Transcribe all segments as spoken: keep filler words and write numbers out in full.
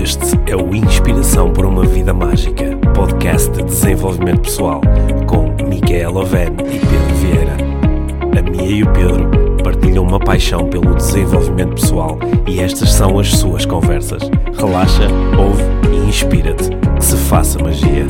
Este é o Inspiração por uma Vida Mágica, podcast de desenvolvimento pessoal, com Micaela Oven e Pedro Vieira. A Mia e o Pedro partilham uma paixão pelo desenvolvimento pessoal e estas são as suas conversas. Relaxa, ouve e inspira-te. Que se faça magia.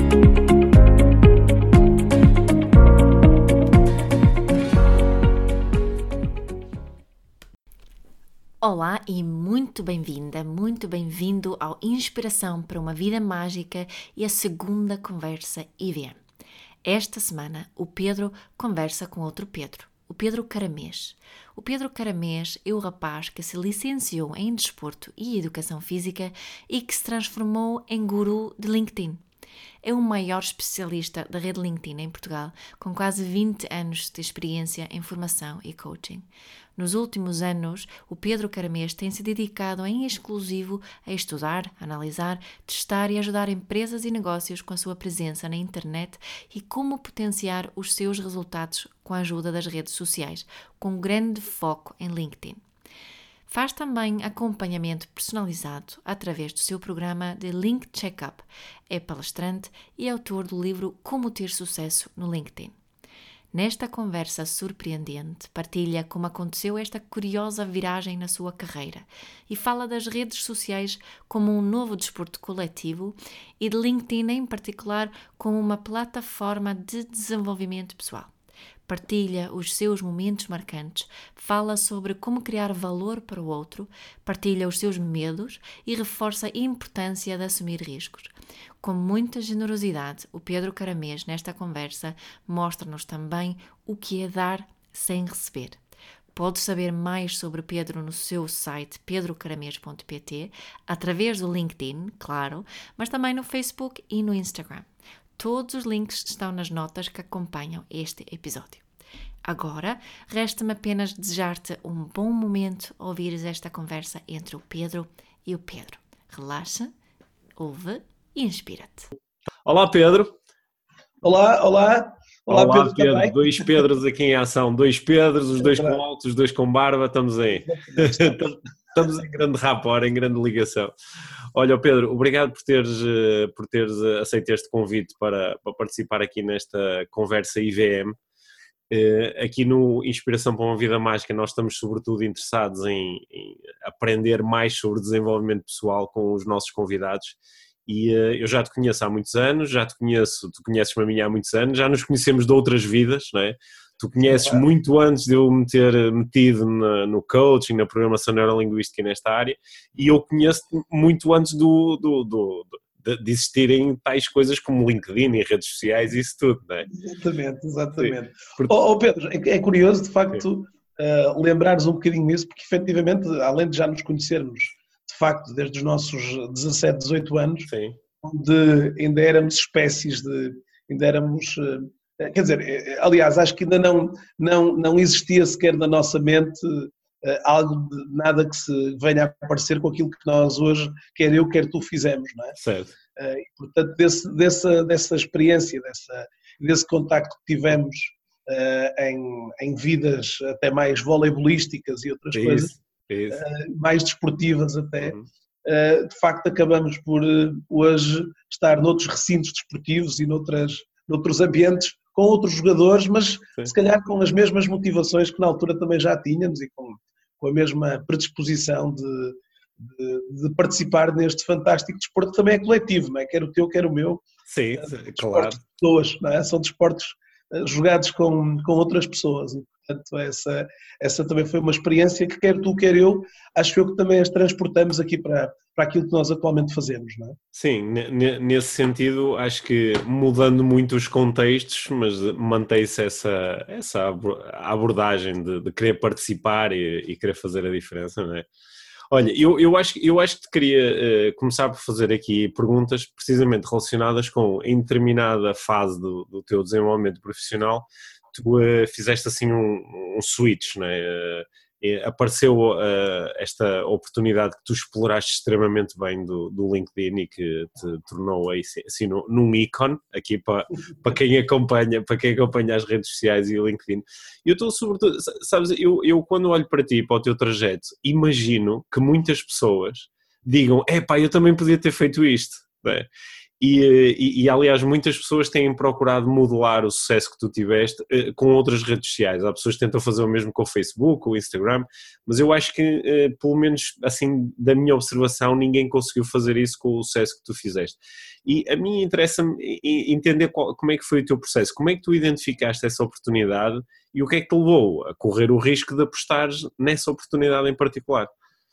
Olá e muito bem-vinda, muito bem-vindo ao Inspiração para uma Vida Mágica e a segunda conversa I V M. Esta semana o Pedro conversa com outro Pedro, o Pedro Caramês. O Pedro Caramês é o rapaz que se licenciou em Desporto e Educação Física e que se transformou em guru de LinkedIn. É o maior especialista da rede LinkedIn em Portugal, com quase vinte anos de experiência em formação e coaching. Nos últimos anos, o Pedro Caramês tem se dedicado em exclusivo a estudar, analisar, testar e ajudar empresas e negócios com a sua presença na internet e como potenciar os seus resultados com a ajuda das redes sociais, com grande foco em LinkedIn. Faz também acompanhamento personalizado através do seu programa de Link Checkup. É palestrante e autor do livro Como Ter Sucesso no LinkedIn. Nesta conversa surpreendente, partilha como aconteceu esta curiosa viragem na sua carreira e fala das redes sociais como um novo desporto coletivo e de LinkedIn em particular como uma plataforma de desenvolvimento pessoal. Partilha os seus momentos marcantes, fala sobre como criar valor para o outro, partilha os seus medos e reforça a importância de assumir riscos. Com muita generosidade, o Pedro Caramês, nesta conversa, mostra-nos também o que é dar sem receber. Pode saber mais sobre o Pedro no seu site pedro caramês ponto pt, através do LinkedIn, claro, mas também no Facebook e no Instagram. Todos os links estão nas notas que acompanham este episódio. Agora, resta-me apenas desejar-te um bom momento ao ouvires esta conversa entre o Pedro e o Pedro. Relaxa, ouve e inspira-te. Olá, Pedro. Olá, olá. Olá, Olá Pedro. Pedro. Também. Dois Pedros aqui em ação. Dois Pedros, os dois com óculos, os dois com barba. Estamos aí. Estamos em grande rapport, em grande ligação. Olha, Pedro, obrigado por teres, por teres aceito este convite para, para participar aqui nesta conversa I V M. Aqui no Inspiração para uma Vida Mágica nós estamos sobretudo interessados em, em aprender mais sobre desenvolvimento pessoal com os nossos convidados e eu já te conheço há muitos anos, já te conheço, tu conheces-me a mim há muitos anos, já nos conhecemos de outras vidas, não é? Tu conheces Sim, claro. Muito antes de eu me ter metido na, no coaching, na programação neurolinguística nesta área, e eu conheço-te muito antes do, do, do, do, de existirem tais coisas como LinkedIn e redes sociais e isso tudo, não é? Exatamente, exatamente. Porque... Oh, oh Pedro, é, é curioso de facto uh, lembrares um bocadinho isso, porque efetivamente, além de já nos conhecermos de facto desde os nossos dezassete, dezoito anos, Sim. onde ainda éramos espécies de, ainda éramos... Uh, Quer dizer, aliás, acho que ainda não, não, não existia sequer na nossa mente uh, algo de nada que se venha a parecer com aquilo que nós hoje, quer eu, quer tu, fizemos, não é? Certo. Uh, e, portanto, desse, dessa, dessa experiência, dessa, desse contacto que tivemos uh, em, em vidas até mais voleibolísticas e outras Isso, coisas, isso. Uh, mais desportivas até, Uhum. uh, de facto acabamos por uh, hoje estar noutros recintos desportivos e noutras, noutros ambientes, com outros jogadores, mas Sim. se calhar com as mesmas motivações que na altura também já tínhamos e com, com a mesma predisposição de, de, de participar neste fantástico desporto que também é coletivo, não é? Quer o teu, quer o meu. Sim, Desportos claro. de pessoas, não é? São desportos jogados com, com outras pessoas e, portanto, essa, essa também foi uma experiência que quer tu, quer eu, acho eu que também as transportamos aqui para, para aquilo que nós atualmente fazemos, não é? Sim, nesse sentido acho que mudando muito os contextos, mas mantém-se essa, essa abordagem de, de querer participar e, e querer fazer a diferença, não é? Olha, eu, eu, acho, eu acho que te queria uh, começar por fazer aqui perguntas precisamente relacionadas com, em determinada fase do, do teu desenvolvimento profissional, tu uh, fizeste assim um, um switch, não é? Uh, apareceu uh, esta oportunidade que tu exploraste extremamente bem do, do LinkedIn e que te tornou aí, assim num, num ícone aqui para, para quem acompanha, para quem acompanha as redes sociais e o LinkedIn. Eu estou sobretudo, sabes, eu, eu quando olho para ti, para o teu trajeto, imagino que muitas pessoas digam, epá, eu também podia ter feito isto, não é? E, e, e, aliás, muitas pessoas têm procurado modelar o sucesso que tu tiveste eh, com outras redes sociais. Há pessoas que tentam fazer o mesmo com o Facebook, o Instagram, mas eu acho que, eh, pelo menos assim, da minha observação, ninguém conseguiu fazer isso com o sucesso que tu fizeste. E a mim interessa-me entender qual, como é que foi o teu processo, como é que tu identificaste essa oportunidade e o que é que te levou a correr o risco de apostares nessa oportunidade em particular.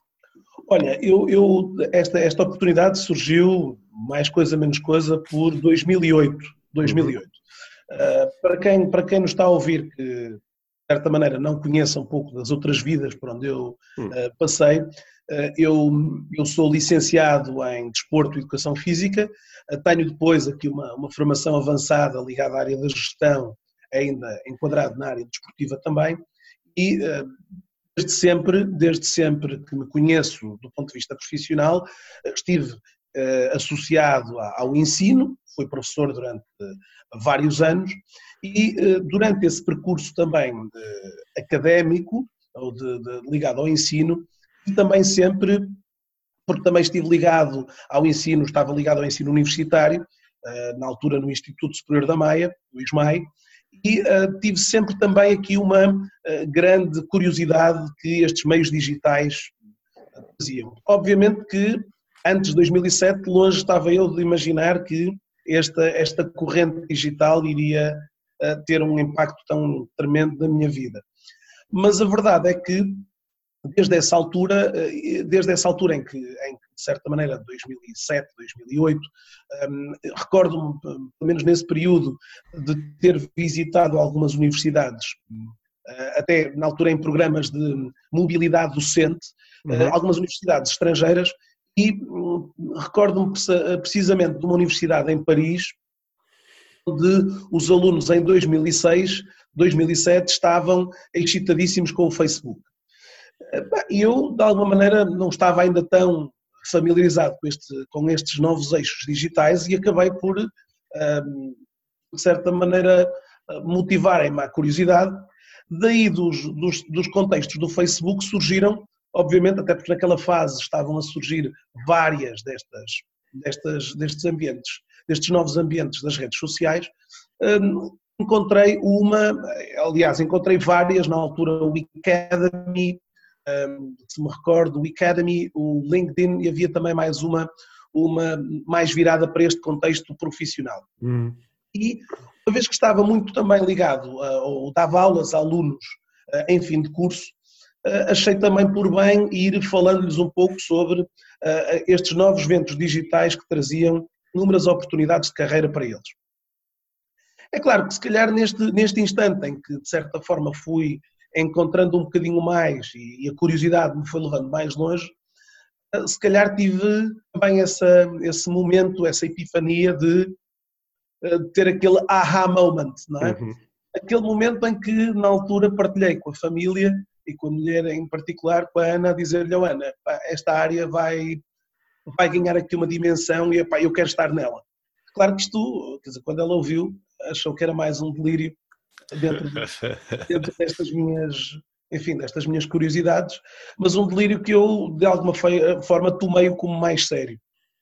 Olha, eu, eu, esta, esta oportunidade surgiu, mais coisa menos coisa, por dois mil e oito. dois mil e oito. Uhum. Uh, para, quem, para quem nos está a ouvir, que de certa maneira não conheça um pouco das outras vidas por onde eu uh, passei, uh, eu, eu sou licenciado em Desporto e Educação Física, uh, tenho depois aqui uma, uma formação avançada ligada à área da gestão, ainda enquadrado na área desportiva também, e uh, Desde sempre, desde sempre que me conheço do ponto de vista profissional, estive eh, associado ao ensino, fui professor durante eh, vários anos e eh, durante esse percurso também de, académico, ou de, de, ligado ao ensino, e também sempre, porque também estive ligado ao ensino, estava ligado ao ensino universitário, eh, na altura no Instituto Superior da Maia, o ISMAI, e uh, tive sempre também aqui uma uh, grande curiosidade que estes meios digitais faziam. Obviamente que antes de dois mil e sete, longe estava eu de imaginar que esta, esta corrente digital iria uh, ter um impacto tão tremendo na minha vida. Mas a verdade é que desde essa altura, desde essa altura em que, em que de certa maneira, dois mil e sete, dois mil e oito, um, recordo-me, pelo menos nesse período, de ter visitado algumas universidades, uh, até na altura em programas de mobilidade docente, uhum. uh, algumas universidades estrangeiras, e um, recordo-me precisamente de uma universidade em Paris, onde os alunos em dois mil e seis, dois mil e sete estavam excitadíssimos com o Facebook. E eu, de alguma maneira, não estava ainda tão familiarizado com, este, com estes novos eixos digitais e acabei por, de certa maneira, motivarem-me à curiosidade. Daí dos, dos, dos contextos do Facebook surgiram, obviamente, até porque naquela fase estavam a surgir várias destas, destas, destes ambientes, destes novos ambientes das redes sociais. Encontrei uma, aliás, encontrei várias, na altura o Academy, Um, se me recordo, o Academy, o LinkedIn, e havia também mais uma, uma mais virada para este contexto profissional. Hum. E uma vez que estava muito também ligado, uh, ou dava aulas a alunos uh, em fim de curso, uh, achei também por bem ir falando-lhes um pouco sobre uh, estes novos ventos digitais que traziam inúmeras oportunidades de carreira para eles. É claro que se calhar neste, neste instante em que de certa forma fui encontrando um bocadinho mais e a curiosidade me foi levando mais longe, se calhar tive também essa, esse momento, essa epifania de, de ter aquele aha moment, não é? Uhum. Aquele momento em que na altura partilhei com a família e com a mulher em particular, com a Ana, a dizer-lhe, oh, Ana, pá, esta área vai, vai ganhar aqui uma dimensão e pá, eu quero estar nela. Claro que isto, quer dizer, quando ela ouviu, achou que era mais um delírio dentro, de, dentro destas minhas, enfim, destas minhas curiosidades, mas um delírio que eu, de alguma forma, tomei-o como mais sério.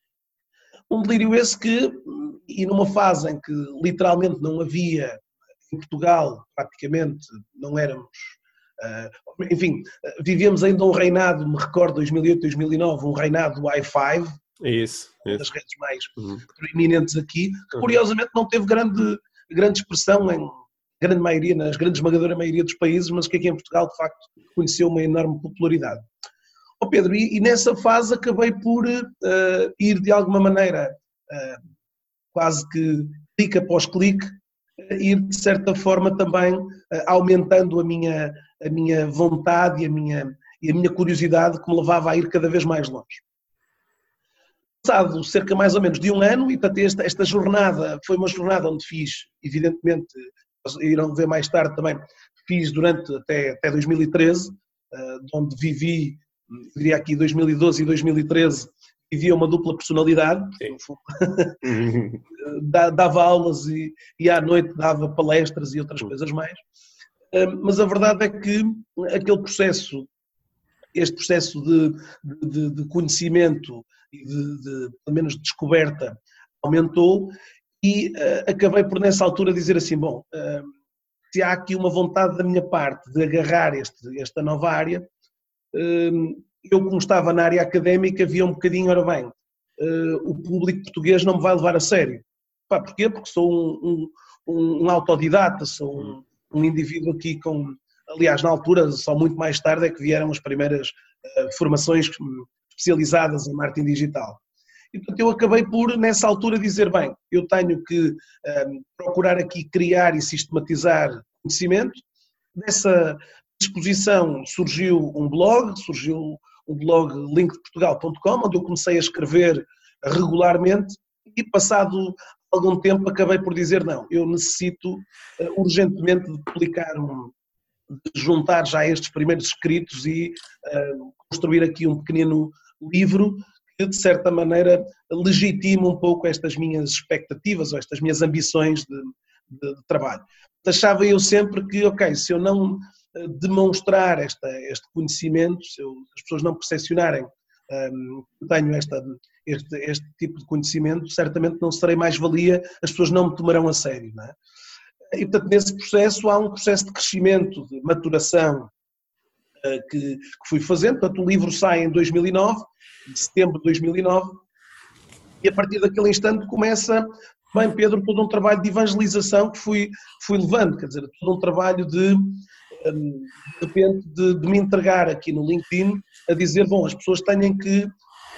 Um delírio esse que, e numa fase em que literalmente não havia, em Portugal, praticamente, não éramos, uh, enfim, vivíamos ainda um reinado, me recordo, dois mil e oito, dois mil e nove, um reinado do i cinco, isso, isso. das redes mais uhum. proeminentes aqui, que curiosamente não teve grande, grande expressão em grande maioria, na grande esmagadora maioria dos países, mas que aqui em Portugal, de facto, conheceu uma enorme popularidade. Oh Pedro, e, e nessa fase acabei por uh, ir de alguma maneira, uh, quase que clique após clique, uh, ir de certa forma também uh, aumentando a minha, a minha vontade e a minha, e a minha curiosidade que me levava a ir cada vez mais longe. Passado cerca mais ou menos de um ano, e para esta, esta jornada foi uma jornada onde fiz, evidentemente, irão ver mais tarde também, fiz durante até, até dois mil e treze, uh, onde vivi, diria aqui dois mil e doze e dois mil e treze, vivia uma dupla personalidade, dava aulas e, e à noite dava palestras e outras coisas mais, uh, mas a verdade é que aquele processo, este processo de, de, de conhecimento e de, de, pelo menos, de descoberta aumentou e uh, acabei por, nessa altura, dizer assim, bom, uh, se há aqui uma vontade da minha parte de agarrar este, esta nova área, uh, eu, como estava na área académica, via um bocadinho, ora bem, uh, o público português não me vai levar a sério. Pá, porquê? Porque sou um, um, um autodidata, sou um, um indivíduo aqui com... Aliás, na altura, só muito mais tarde é que vieram as primeiras uh, formações especializadas em marketing digital. E, portanto, eu acabei por, nessa altura, dizer, bem, eu tenho que um, procurar aqui criar e sistematizar conhecimento. Dessa disposição surgiu um blog, surgiu um blog link de portugal ponto com, onde eu comecei a escrever regularmente e, passado algum tempo, acabei por dizer, não, eu necessito uh, urgentemente de publicar um... de juntar já estes primeiros escritos e uh, construir aqui um pequenino livro que, de certa maneira, legitima um pouco estas minhas expectativas ou estas minhas ambições de, de, de trabalho. Achava eu sempre que, ok, se eu não uh, demonstrar esta, este conhecimento, se eu, as pessoas não percepcionarem um, que tenho esta, este, este tipo de conhecimento, certamente não serei mais-valia, as pessoas não me tomarão a sério, não é? E, portanto, nesse processo há um processo de crescimento, de maturação uh, que, que fui fazendo. Portanto, o livro sai em dois mil e nove, de setembro de dois mil e nove, e a partir daquele instante começa, bem, Pedro, todo um trabalho de evangelização que fui, fui levando, quer dizer, todo um trabalho de, um, de repente, de, de me entregar aqui no LinkedIn a dizer, bom, as pessoas têm que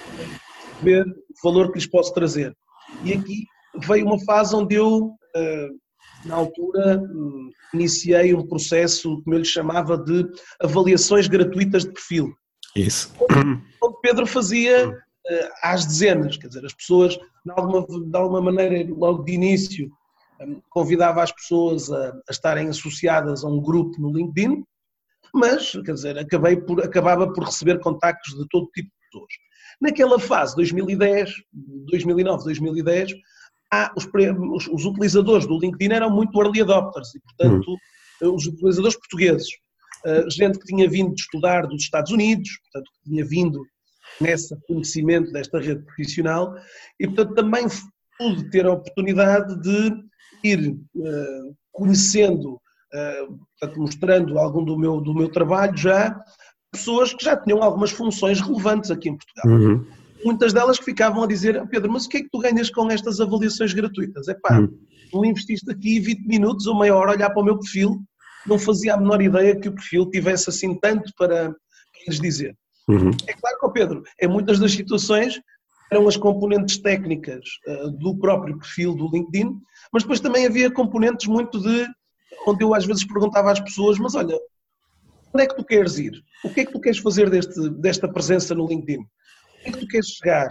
ver o valor que lhes posso trazer. E aqui veio uma fase onde eu... Uh, na altura, iniciei um processo, como eu lhe chamava, de avaliações gratuitas de perfil. Isso. Onde Pedro fazia uh, às dezenas, quer dizer, as pessoas, de alguma, de alguma maneira, logo de início, um, convidava as pessoas a, a estarem associadas a um grupo no LinkedIn, mas, quer dizer, acabei por, acabava por receber contactos de todo tipo de pessoas. Naquela fase, dois mil e dez, dois mil e nove, dois mil e dez, Ah, os, os, os utilizadores do LinkedIn eram muito early adopters e, portanto, hum. os utilizadores portugueses, uh, gente que tinha vindo de estudar dos Estados Unidos, portanto, que tinha vindo nesse conhecimento desta rede profissional e, portanto, também pude ter a oportunidade de ir uh, conhecendo, uh, portanto, mostrando algum do meu, do meu trabalho já, pessoas que já tinham algumas funções relevantes aqui em Portugal. Uhum. Muitas delas que ficavam a dizer, Pedro, mas o que é que tu ganhas com estas avaliações gratuitas? É pá, tu investiste aqui vinte minutos ou meia hora a olhar para o meu perfil, não fazia a menor ideia que o perfil tivesse assim tanto para, para lhes dizer. Uhum. É claro que, oh Pedro, em muitas das situações eram as componentes técnicas uh, do próprio perfil do LinkedIn, mas depois também havia componentes muito de, onde eu às vezes perguntava às pessoas, mas olha, onde é que tu queres ir? O que é que tu queres fazer deste, desta presença no LinkedIn? O que é que tu queres chegar?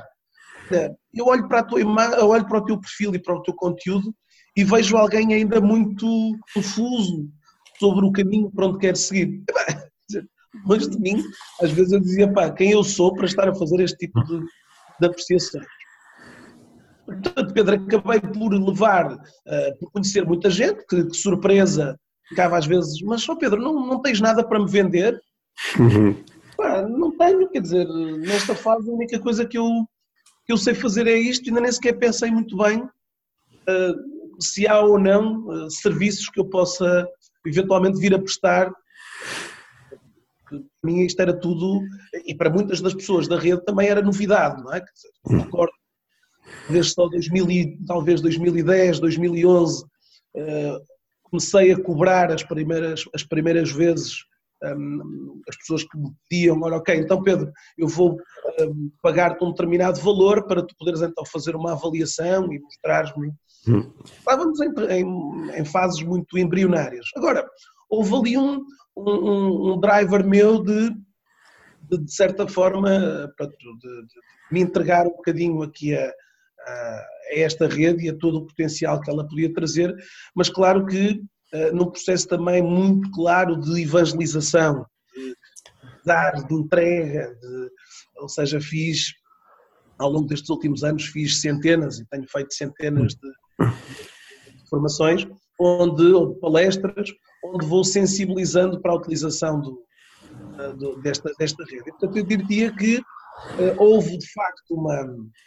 Eu olho para, a tua ima- eu olho para o teu perfil e para o teu conteúdo e vejo alguém ainda muito confuso sobre o caminho para onde quer seguir. Mas de mim, às vezes eu dizia, pá, quem eu sou para estar a fazer este tipo de, de apreciações. Portanto, Pedro, acabei por levar, uh, por conhecer muita gente, que, que surpresa, ficava às vezes, mas só Pedro, não, não tens nada para me vender? Uhum. Pá, não tenho, quer dizer, nesta fase a única coisa que eu, que eu sei fazer é isto, ainda nem sequer pensei muito bem uh, se há ou não uh, serviços que eu possa eventualmente vir a prestar. Para mim isto era tudo, e para muitas das pessoas da rede também era novidade, não é? Quer dizer, recordo, desde só dois mil e, talvez dois mil e dez, dois mil e onze, uh, comecei a cobrar as primeiras, as primeiras vezes Um, as pessoas que me pediam, olha, ok, então Pedro, eu vou um, pagar-te um determinado valor para tu poderes então fazer uma avaliação e mostrar-me. Hum. Estávamos em, em, em fases muito embrionárias. Agora, houve ali um, um, um driver meu de, de, de certa forma, de, de, de me entregar um bocadinho aqui a, a, a esta rede e a todo o potencial que ela podia trazer, mas claro que Uh, num processo também muito claro de evangelização, de dar, de entrega, de, ou seja, fiz, ao longo destes últimos anos, fiz centenas e tenho feito centenas de, de formações, onde, ou de palestras, onde vou sensibilizando para a utilização do, uh, do, desta, desta rede. E, portanto, eu diria que uh, houve, de facto, uma,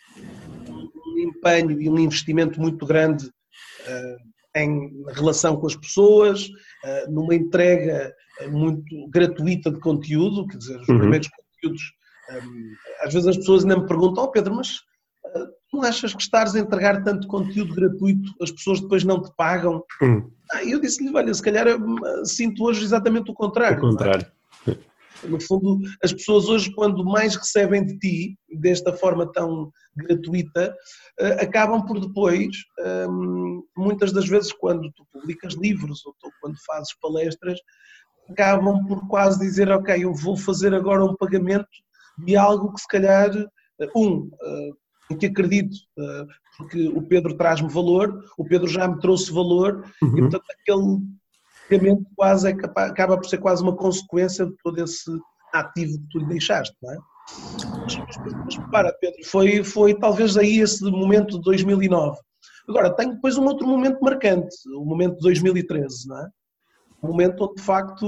um empenho e um investimento muito grande uh, em relação com as pessoas, uh, numa entrega muito gratuita de conteúdo, quer dizer, os uhum. primeiros conteúdos, um, às vezes as pessoas ainda me perguntam, oh Pedro, mas uh, não achas que estares a entregar tanto conteúdo gratuito, as pessoas depois não te pagam? Uhum. Ah, eu disse-lhe, olha, se calhar eu sinto hoje exatamente o contrário. O contrário. No fundo, as pessoas hoje, quando mais recebem de ti, desta forma tão gratuita, acabam por depois, muitas das vezes, quando tu publicas livros ou quando fazes palestras, acabam por quase dizer, ok, eu vou fazer agora um pagamento de algo que se calhar, um, em que acredito, porque o Pedro traz-me valor, o Pedro já me trouxe valor, uhum. e portanto aquele pagamento quase é capaz, acaba por ser quase uma consequência de todo esse ativo que tu lhe deixaste, não é? Mas, mas, mas para, Pedro, foi, foi talvez aí esse momento de dois mil e nove. Agora, tenho depois um outro momento marcante, o momento de dois mil e treze, não é? Um momento onde de facto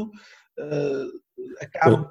uh, acabo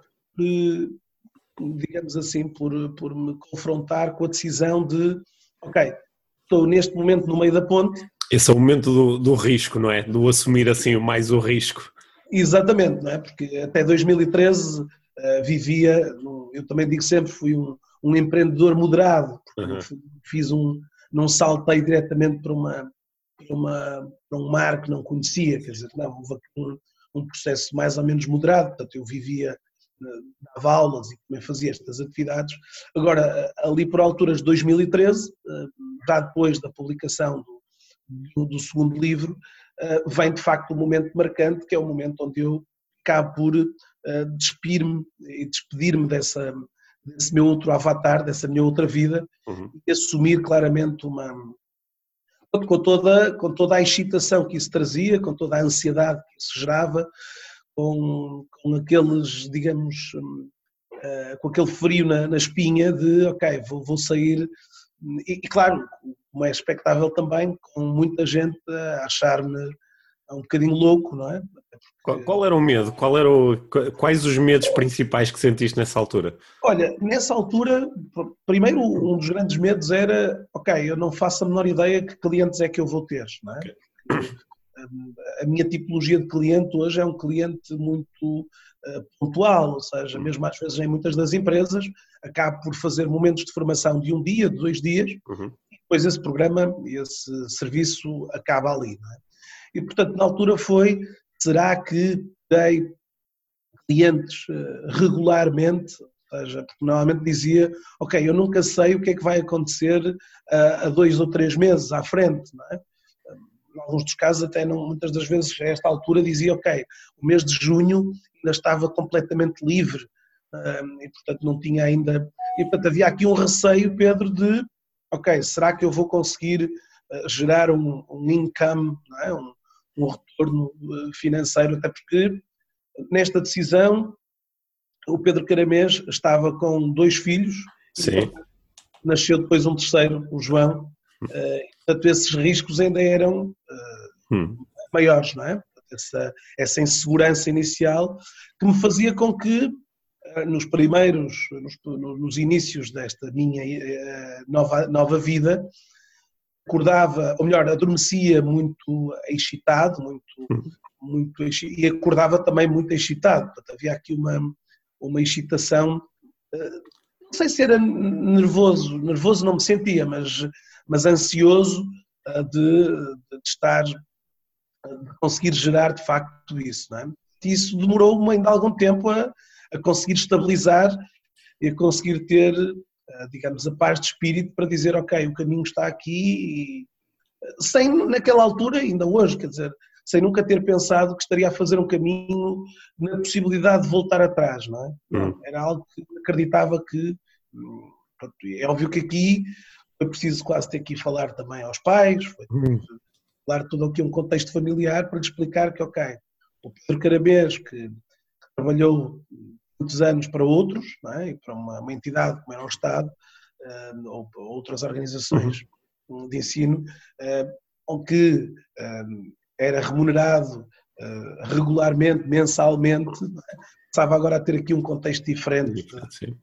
por, digamos assim, por, por me confrontar com a decisão de, ok, estou neste momento no meio da ponte. Esse é o momento do, do risco, não é? Do assumir assim mais o risco. Exatamente, não é? Porque até dois mil e treze uh, vivia, eu também digo sempre, fui um, um empreendedor moderado, porque uhum. fiz um, não saltei diretamente para, uma, para, uma, para um mar que não conhecia, quer dizer, não, houve um, um processo mais ou menos moderado, portanto eu vivia, dava aulas e também fazia estas atividades. Agora, ali por alturas de dois mil e treze, já depois da publicação do Do, do segundo livro, uh, vem de facto um momento marcante, que é o momento onde eu acabo por uh, despir-me e despedir-me dessa, desse meu outro avatar, dessa minha outra vida, uhum. e assumir claramente uma... Com toda, com toda a excitação que isso trazia, com toda a ansiedade que isso gerava, com, com aqueles, digamos, uh, com aquele frio na, na espinha de, ok, vou, vou sair... E, e claro, como é expectável também, com muita gente a achar-me um bocadinho louco, não é? Porque... Qual, qual era o medo? Qual era o, quais os medos principais que sentiste nessa altura? Olha, nessa altura, primeiro um dos grandes medos era, ok, eu não faço a menor ideia que clientes é que eu vou ter, não é? Okay. A minha tipologia de cliente hoje é um cliente muito uh, pontual, ou seja, mesmo às vezes em muitas das empresas, acabo por fazer momentos de formação de um dia, de dois dias, uhum. e depois esse programa, esse serviço acaba ali, não é? E portanto na altura foi, será que dei clientes uh, regularmente, ou seja, porque normalmente dizia, ok, eu nunca sei o que é que vai acontecer uh, a dois ou três meses à frente, não é? Em alguns dos casos até não, muitas das vezes a esta altura dizia, ok, o mês de junho ainda estava completamente livre um, e portanto não tinha ainda, e portanto havia aqui um receio, Pedro, de, ok, será que eu vou conseguir uh, gerar um, um income, não é? um, um retorno uh, financeiro, até porque nesta decisão o Pedro Caramês estava com dois filhos, sim. E, nasceu depois um terceiro, o João, uh, portanto esses riscos ainda eram uh, hum. maiores, não é? Essa, essa insegurança inicial que me fazia com que uh, nos primeiros, nos, nos inícios desta minha uh, nova, nova vida, acordava, ou melhor, adormecia muito excitado, muito, hum. muito, e acordava também muito excitado, portanto havia aqui uma, uma excitação, uh, não sei se era nervoso, nervoso não me sentia, mas, mas ansioso uh, de, de estar... de conseguir gerar de facto isso, não é? E isso demorou ainda algum tempo a, a conseguir estabilizar e a conseguir ter, digamos, a paz de espírito para dizer, ok, o caminho está aqui, e, sem naquela altura, ainda hoje, quer dizer, sem nunca ter pensado que estaria a fazer um caminho na possibilidade de voltar atrás, não é? Não, era algo que acreditava que, pronto, é óbvio que aqui foi preciso quase ter que ir falar também aos pais, foi claro, todo aqui um contexto familiar para lhe explicar que, ok, o Pedro Caramês, que trabalhou muitos anos para outros, não é? E para uma, uma entidade como era o Estado, uh, ou outras organizações uhum. de ensino, uh, onde uh, era remunerado uh, regularmente, mensalmente, passava agora a ter aqui um contexto diferente. Sim.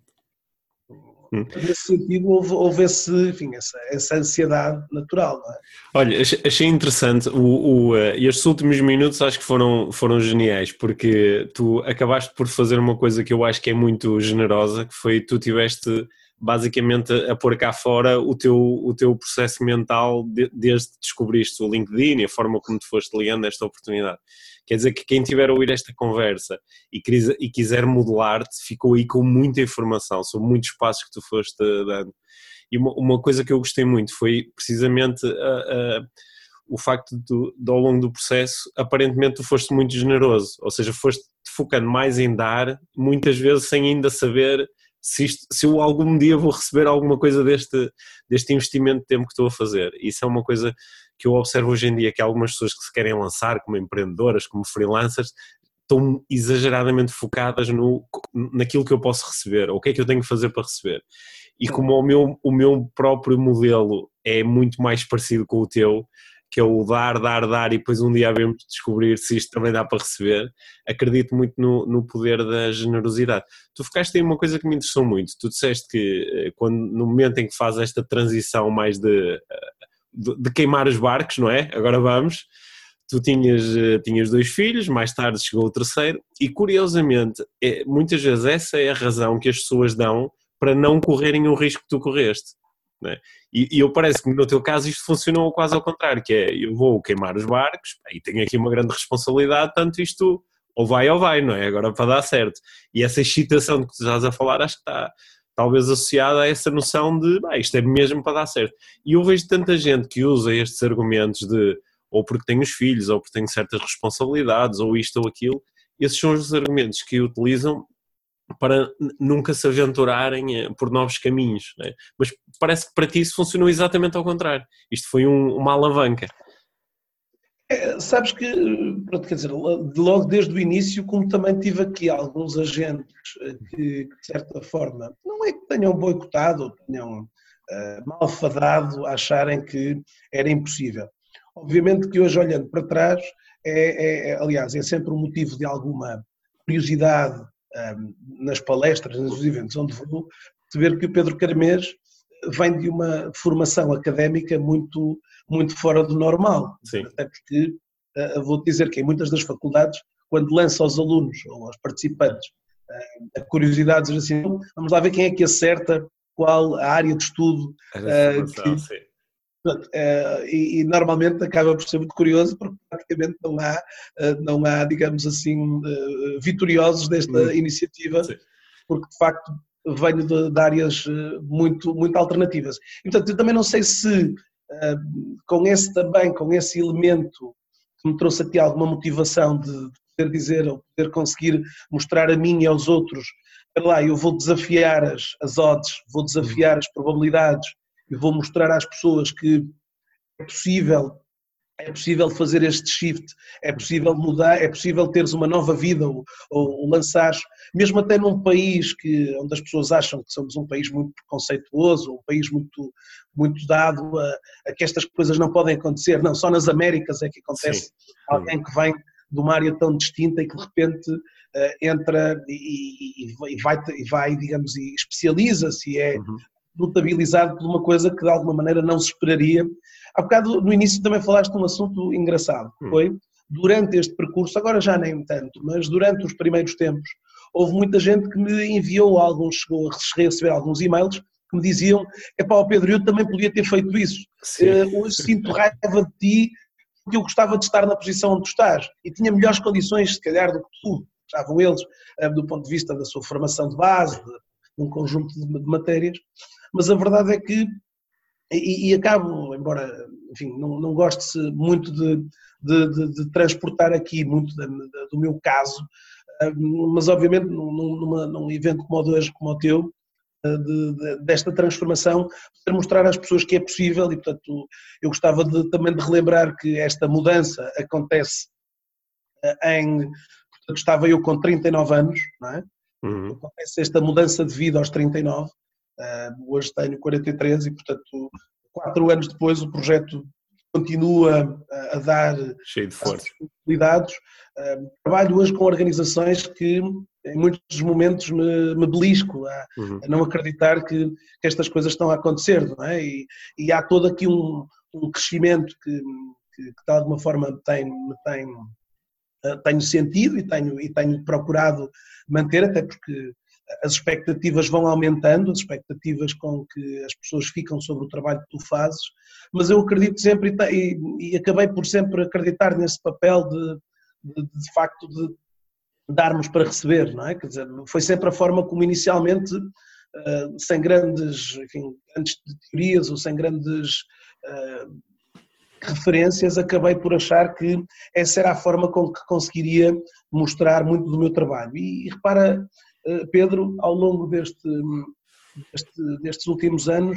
Nesse sentido, houve, houve esse, enfim, essa, essa ansiedade natural, não é? Olha, achei interessante, o, o, estes últimos minutos acho que foram, foram geniais, porque tu acabaste por fazer uma coisa que eu acho que é muito generosa, que foi tu tiveste basicamente a pôr cá fora o teu, o teu processo mental de, desde que descobriste o LinkedIn e a forma como te foste ligando a esta oportunidade. Quer dizer que quem tiver a ouvir esta conversa e, quiser, e quiser modelar-te, ficou aí com muita informação sobre muitos passos que tu foste dando. E uma, uma coisa que eu gostei muito foi precisamente uh, uh, o facto de, tu, de ao longo do processo, aparentemente tu foste muito generoso, ou seja, foste focando mais em dar, muitas vezes sem ainda saber se, isto, se eu algum dia vou receber alguma coisa deste, deste investimento de tempo que estou a fazer. Isso é uma coisa que eu observo hoje em dia, que algumas pessoas que se querem lançar como empreendedoras, como freelancers, estão exageradamente focadas no, naquilo que eu posso receber, ou o que é que eu tenho que fazer para receber. E como o meu, o meu próprio modelo é muito mais parecido com o teu, que é o dar, dar, dar e depois um dia havemos de descobrir se isto também dá para receber, acredito muito no, no poder da generosidade. Tu focaste em uma coisa que me interessou muito, tu disseste que quando, no momento em que fazes esta transição mais de, de, de queimar os barcos, não é? Agora vamos, tu tinhas, tinhas dois filhos, mais tarde chegou o terceiro e curiosamente, é, muitas vezes essa é a razão que as pessoas dão para não correrem o risco que tu correste. Não é? E, e eu parece que no teu caso isto funcionou quase ao contrário, que é, eu vou queimar os barcos e tenho aqui uma grande responsabilidade, tanto isto ou vai ou vai, não é? Agora para dar certo. E essa excitação de que tu estás a falar acho que está talvez associada a essa noção de, bah, isto é mesmo para dar certo. E eu vejo tanta gente que usa estes argumentos de ou porque tenho os filhos, ou porque tenho certas responsabilidades, ou isto ou aquilo, esses são os argumentos que utilizam para nunca se aventurarem por novos caminhos, não é? Mas parece que para ti isso funcionou exatamente ao contrário. Isto foi um, uma alavanca. É, sabes que, pronto, quer dizer, logo desde o início, como também tive aqui alguns agentes que, de certa forma, não é que tenham boicotado ou tenham uh, malfadado a acharem que era impossível. Obviamente que hoje, olhando para trás, é, é, aliás, é sempre um motivo de alguma curiosidade um, nas palestras, nos eventos onde vou, de ver que o Pedro Caramês vem de uma formação académica muito, muito fora do normal. Sim. Até porque, uh, vou dizer que em muitas das faculdades, quando lança aos alunos ou aos participantes uh, a curiosidade, diz assim, vamos lá ver quem é que acerta qual a área de estudo. Uh, que, sim. Portanto, uh, e, e normalmente acaba por ser muito curioso porque praticamente não há, uh, não há digamos assim, uh, vitoriosos desta hum. iniciativa, sim. Porque de facto venho de, de áreas muito, muito alternativas. E portanto eu também não sei se uh, com esse também, com esse elemento que me trouxe aqui alguma motivação de, de poder dizer ou poder conseguir mostrar a mim e aos outros, para lá, eu vou desafiar as, as odds, vou desafiar as probabilidades, e vou mostrar às pessoas que é possível, é possível fazer este shift, é possível mudar, é possível teres uma nova vida ou, ou, ou lançares, mesmo até num país que, onde as pessoas acham que somos um país muito preconceituoso, um país muito, muito dado a, a que estas coisas não podem acontecer. Não, só nas Américas é que acontece. Sim. Alguém que vem de uma área tão distinta e que de repente uh, entra e, e, e, vai, e vai, digamos, e especializa-se e é... Uhum. Notabilizado por uma coisa que de alguma maneira não se esperaria. Há bocado no início também falaste de um assunto engraçado, hum. foi durante este percurso, agora já nem tanto, mas durante os primeiros tempos, houve muita gente que me enviou alguns, chegou a receber alguns e-mails que me diziam, epá, ó Pedro, eu também podia ter feito isso, uh, hoje sinto raiva de ti porque eu gostava de estar na posição onde tu estás e tinha melhores condições se calhar do que tu, estavam eles, uh, do ponto de vista da sua formação de base, de, de um conjunto de, de matérias. Mas a verdade é que, e, e acabo, embora, enfim, não, não goste muito de, de, de, de transportar aqui muito de, de, do meu caso, mas obviamente num, numa, num evento como o de hoje, como o teu, de, de, desta transformação, para mostrar às pessoas que é possível e, portanto, eu gostava de, também de relembrar que esta mudança acontece em, portanto, estava eu com trinta e nove anos, não é? Uhum. Acontece esta mudança de vida aos trinta e nove, uh, hoje tenho quarenta e três e portanto quatro anos depois o projeto continua a dar cheio de força. Responsabilidades. Trabalho hoje com organizações que em muitos momentos me, me belisco a, uhum. a não acreditar que, que estas coisas estão a acontecer, não é? E, e há todo aqui um, um crescimento que, que, que de alguma forma tem, tem, tenho sentido e tenho, e tenho procurado manter, até porque as expectativas vão aumentando, as expectativas com que as pessoas ficam sobre o trabalho que tu fazes, mas eu acredito sempre e, e, e acabei por sempre acreditar nesse papel de, de, de facto de darmos para receber, não é? Quer dizer, foi sempre a forma como inicialmente, uh, sem grandes, enfim, grandes teorias ou sem grandes uh, referências, acabei por achar que essa era a forma com que conseguiria mostrar muito do meu trabalho. E, e repara, Pedro, ao longo deste, deste, destes últimos anos,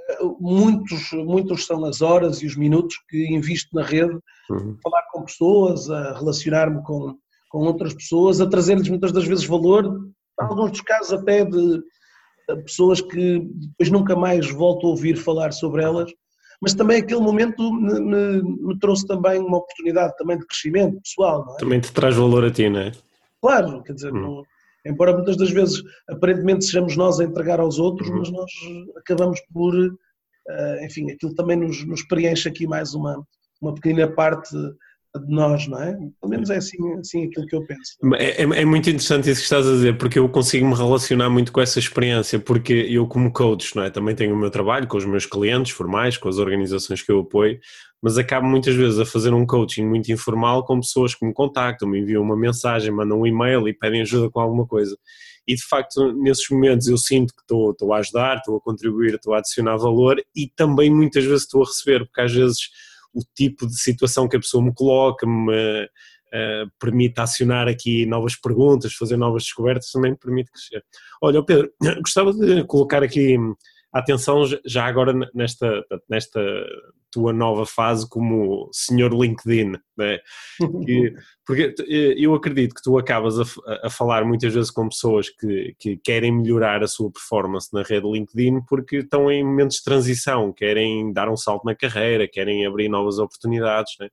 muitos, muitos são as horas e os minutos que invisto na rede, uhum. a falar com pessoas, a relacionar-me com, com outras pessoas, a trazer-lhes muitas das vezes valor, em alguns dos casos até de pessoas que depois nunca mais volto a ouvir falar sobre elas, mas também aquele momento me, me, me trouxe também uma oportunidade também de crescimento pessoal. Não é? Também te traz valor a ti, não é? Claro, quer dizer, uhum. não, embora muitas das vezes aparentemente sejamos nós a entregar aos outros, mas nós acabamos por, enfim, aquilo também nos, nos preenche aqui mais uma, uma pequena parte de nós, não é? Pelo menos é assim, assim aquilo que eu penso. É, é, é muito interessante isso que estás a dizer, porque eu consigo me relacionar muito com essa experiência, porque eu como coach, não é? Também tenho o meu trabalho com os meus clientes formais, com as organizações que eu apoio, mas acabo muitas vezes a fazer um coaching muito informal com pessoas que me contactam, me enviam uma mensagem, mandam um e-mail e pedem ajuda com alguma coisa. E de facto nesses momentos eu sinto que estou, estou a ajudar, estou a contribuir, estou a adicionar valor e também muitas vezes estou a receber, porque às vezes o tipo de situação que a pessoa me coloca me uh, permite acionar aqui novas perguntas, fazer novas descobertas, também me permite crescer. Olha, Pedro, gostava de colocar aqui a atenção já agora nesta, nesta tua nova fase como senhor LinkedIn, né? Que, porque eu acredito que tu acabas a, a falar muitas vezes com pessoas que, que querem melhorar a sua performance na rede LinkedIn porque estão em momentos de transição, querem dar um salto na carreira, querem abrir novas oportunidades, né?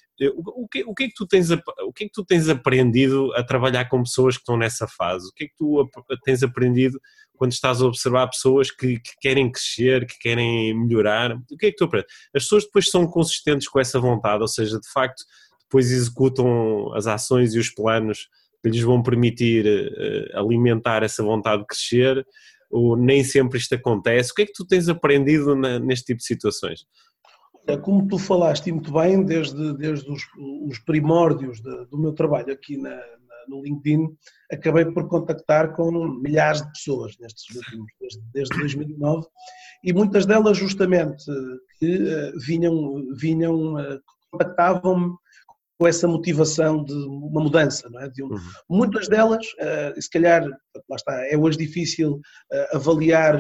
O que, o, que é que tu tens, o que é que tu tens aprendido a trabalhar com pessoas que estão nessa fase? O que é que tu tens aprendido quando estás a observar pessoas que, que querem crescer, que querem melhorar? O que é que tu aprendes? As pessoas depois são consistentes com essa vontade, ou seja, de facto depois executam as ações e os planos que lhes vão permitir uh, alimentar essa vontade de crescer, ou nem sempre isto acontece? O que é que tu tens aprendido na, neste tipo de situações? Como tu falaste muito bem, desde, desde os, os primórdios de, do meu trabalho aqui na, na, no LinkedIn, acabei por contactar com milhares de pessoas nestes últimos, desde, desde dois mil e nove, e muitas delas justamente que uh, vinham, vinham uh, contactavam-me com essa motivação de uma mudança, não é? De um, uhum. Muitas delas, uh, se calhar, lá está, é hoje difícil uh, avaliar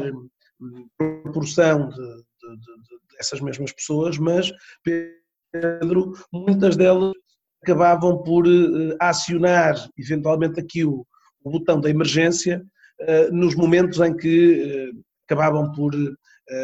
proporção de, de, de essas mesmas pessoas, mas, Pedro, muitas delas acabavam por uh, acionar eventualmente aqui o, o botão da emergência uh, nos momentos em que uh, acabavam por uh,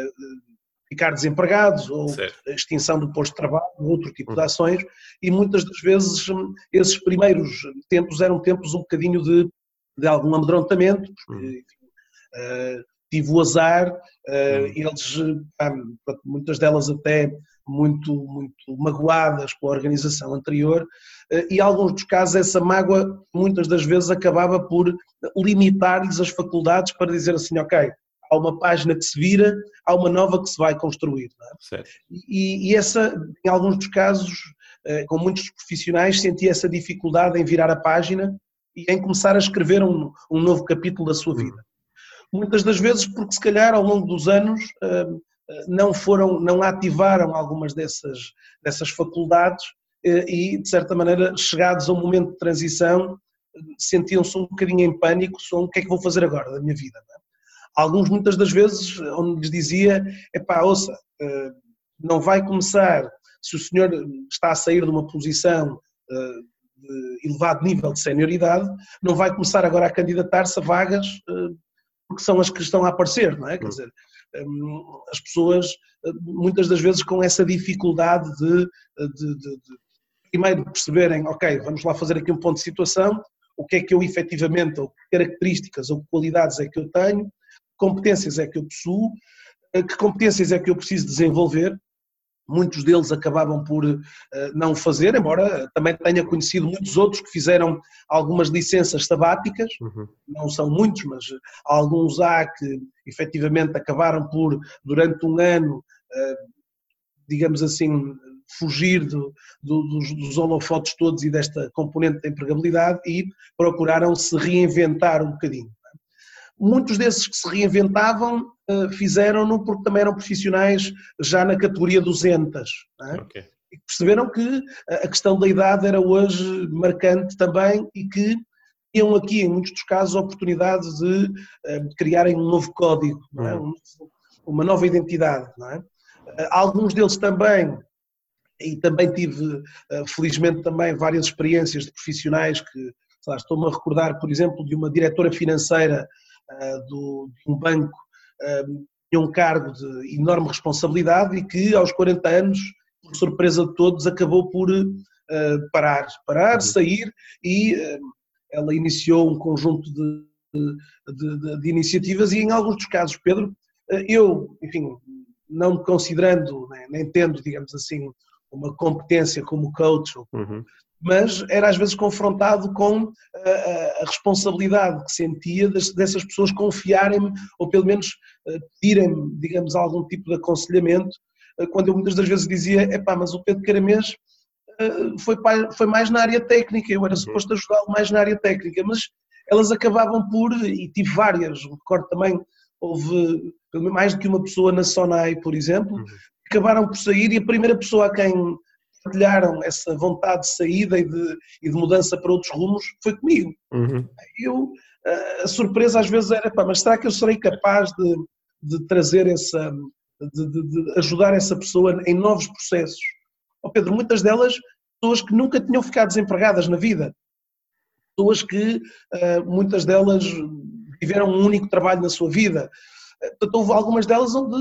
ficar desempregados ou certo. Extinção do posto de trabalho, outro tipo de ações, e muitas das vezes esses primeiros tempos eram tempos um bocadinho de, de algum amedrontamento, porque, enfim, uh, tive o azar, uh, eles, ah, muitas delas até muito, muito magoadas pela organização anterior, uh, e em alguns dos casos essa mágoa muitas das vezes acabava por limitar-lhes as faculdades para dizer assim, ok, há uma página que se vira, há uma nova que se vai construir. Não é? E, e essa, em alguns dos casos, uh, com muitos profissionais, senti essa dificuldade em virar a página e em começar a escrever um, um novo capítulo da sua vida. Muitas das vezes porque se calhar ao longo dos anos não foram, não ativaram algumas dessas, dessas faculdades e de certa maneira chegados a um momento de transição sentiam-se um bocadinho em pânico sobre o que é que vou fazer agora da minha vida. Não é? Alguns muitas das vezes onde lhes dizia, epá, ouça, não vai começar, se o senhor está a sair de uma posição de elevado nível de senioridade, não vai começar agora a candidatar-se a vagas porque são as que estão a aparecer, não é? Quer dizer, as pessoas muitas das vezes com essa dificuldade de, de, de, de primeiro perceberem, ok, vamos lá fazer aqui um ponto de situação, o que é que eu efetivamente, ou que características ou qualidades é que eu tenho, que competências é que eu possuo, que competências é que eu preciso desenvolver. Muitos deles acabavam por uh, não fazer, embora também tenha conhecido muitos outros que fizeram algumas licenças sabáticas, uhum. Não são muitos, mas alguns há que efetivamente acabaram por, durante um ano, uh, digamos assim, fugir do, do, dos, dos holofotes todos e desta componente da empregabilidade e procuraram se reinventar um bocadinho. Muitos desses que se reinventavam fizeram-no porque também eram profissionais já na categoria duzentas, não é? Okay. E perceberam que a questão da idade era hoje marcante também e que tinham aqui, em muitos dos casos, a oportunidade de uh, criarem um novo código, não é? um, uma nova identidade. Não é? Uh, alguns deles também, e também tive, uh, felizmente também, várias experiências de profissionais que, lá, estou-me a recordar, por exemplo, de uma diretora financeira uh, do, de um banco, tinha um cargo de enorme responsabilidade e que aos quarenta anos, por surpresa de todos, acabou por uh, parar, parar, sair e uh, ela iniciou um conjunto de, de, de, de iniciativas e em alguns dos casos, Pedro, uh, eu, enfim, não me considerando, nem, nem tendo, digamos assim, uma competência como coach, uhum. mas era às vezes confrontado com a, a responsabilidade que sentia das, dessas pessoas confiarem-me ou pelo menos pedirem-me, digamos, algum tipo de aconselhamento, quando eu muitas das vezes dizia, epá, mas o Pedro Caramês foi, foi mais na área técnica, eu era suposto ajudá-lo mais na área técnica, mas elas acabavam por, e tive várias, recordo também, houve mais do que uma pessoa na Sonai, por exemplo, uhum. acabaram por sair e a primeira pessoa a quem partilharam essa vontade de saída e de, e de mudança para outros rumos foi comigo. Uhum. Eu, a surpresa às vezes era, pá, mas será que eu serei capaz de, de trazer essa, de, de, de ajudar essa pessoa em novos processos? Oh Pedro, muitas delas, pessoas que nunca tinham ficado desempregadas na vida, pessoas que muitas delas tiveram um único trabalho na sua vida. Portanto, houve algumas delas onde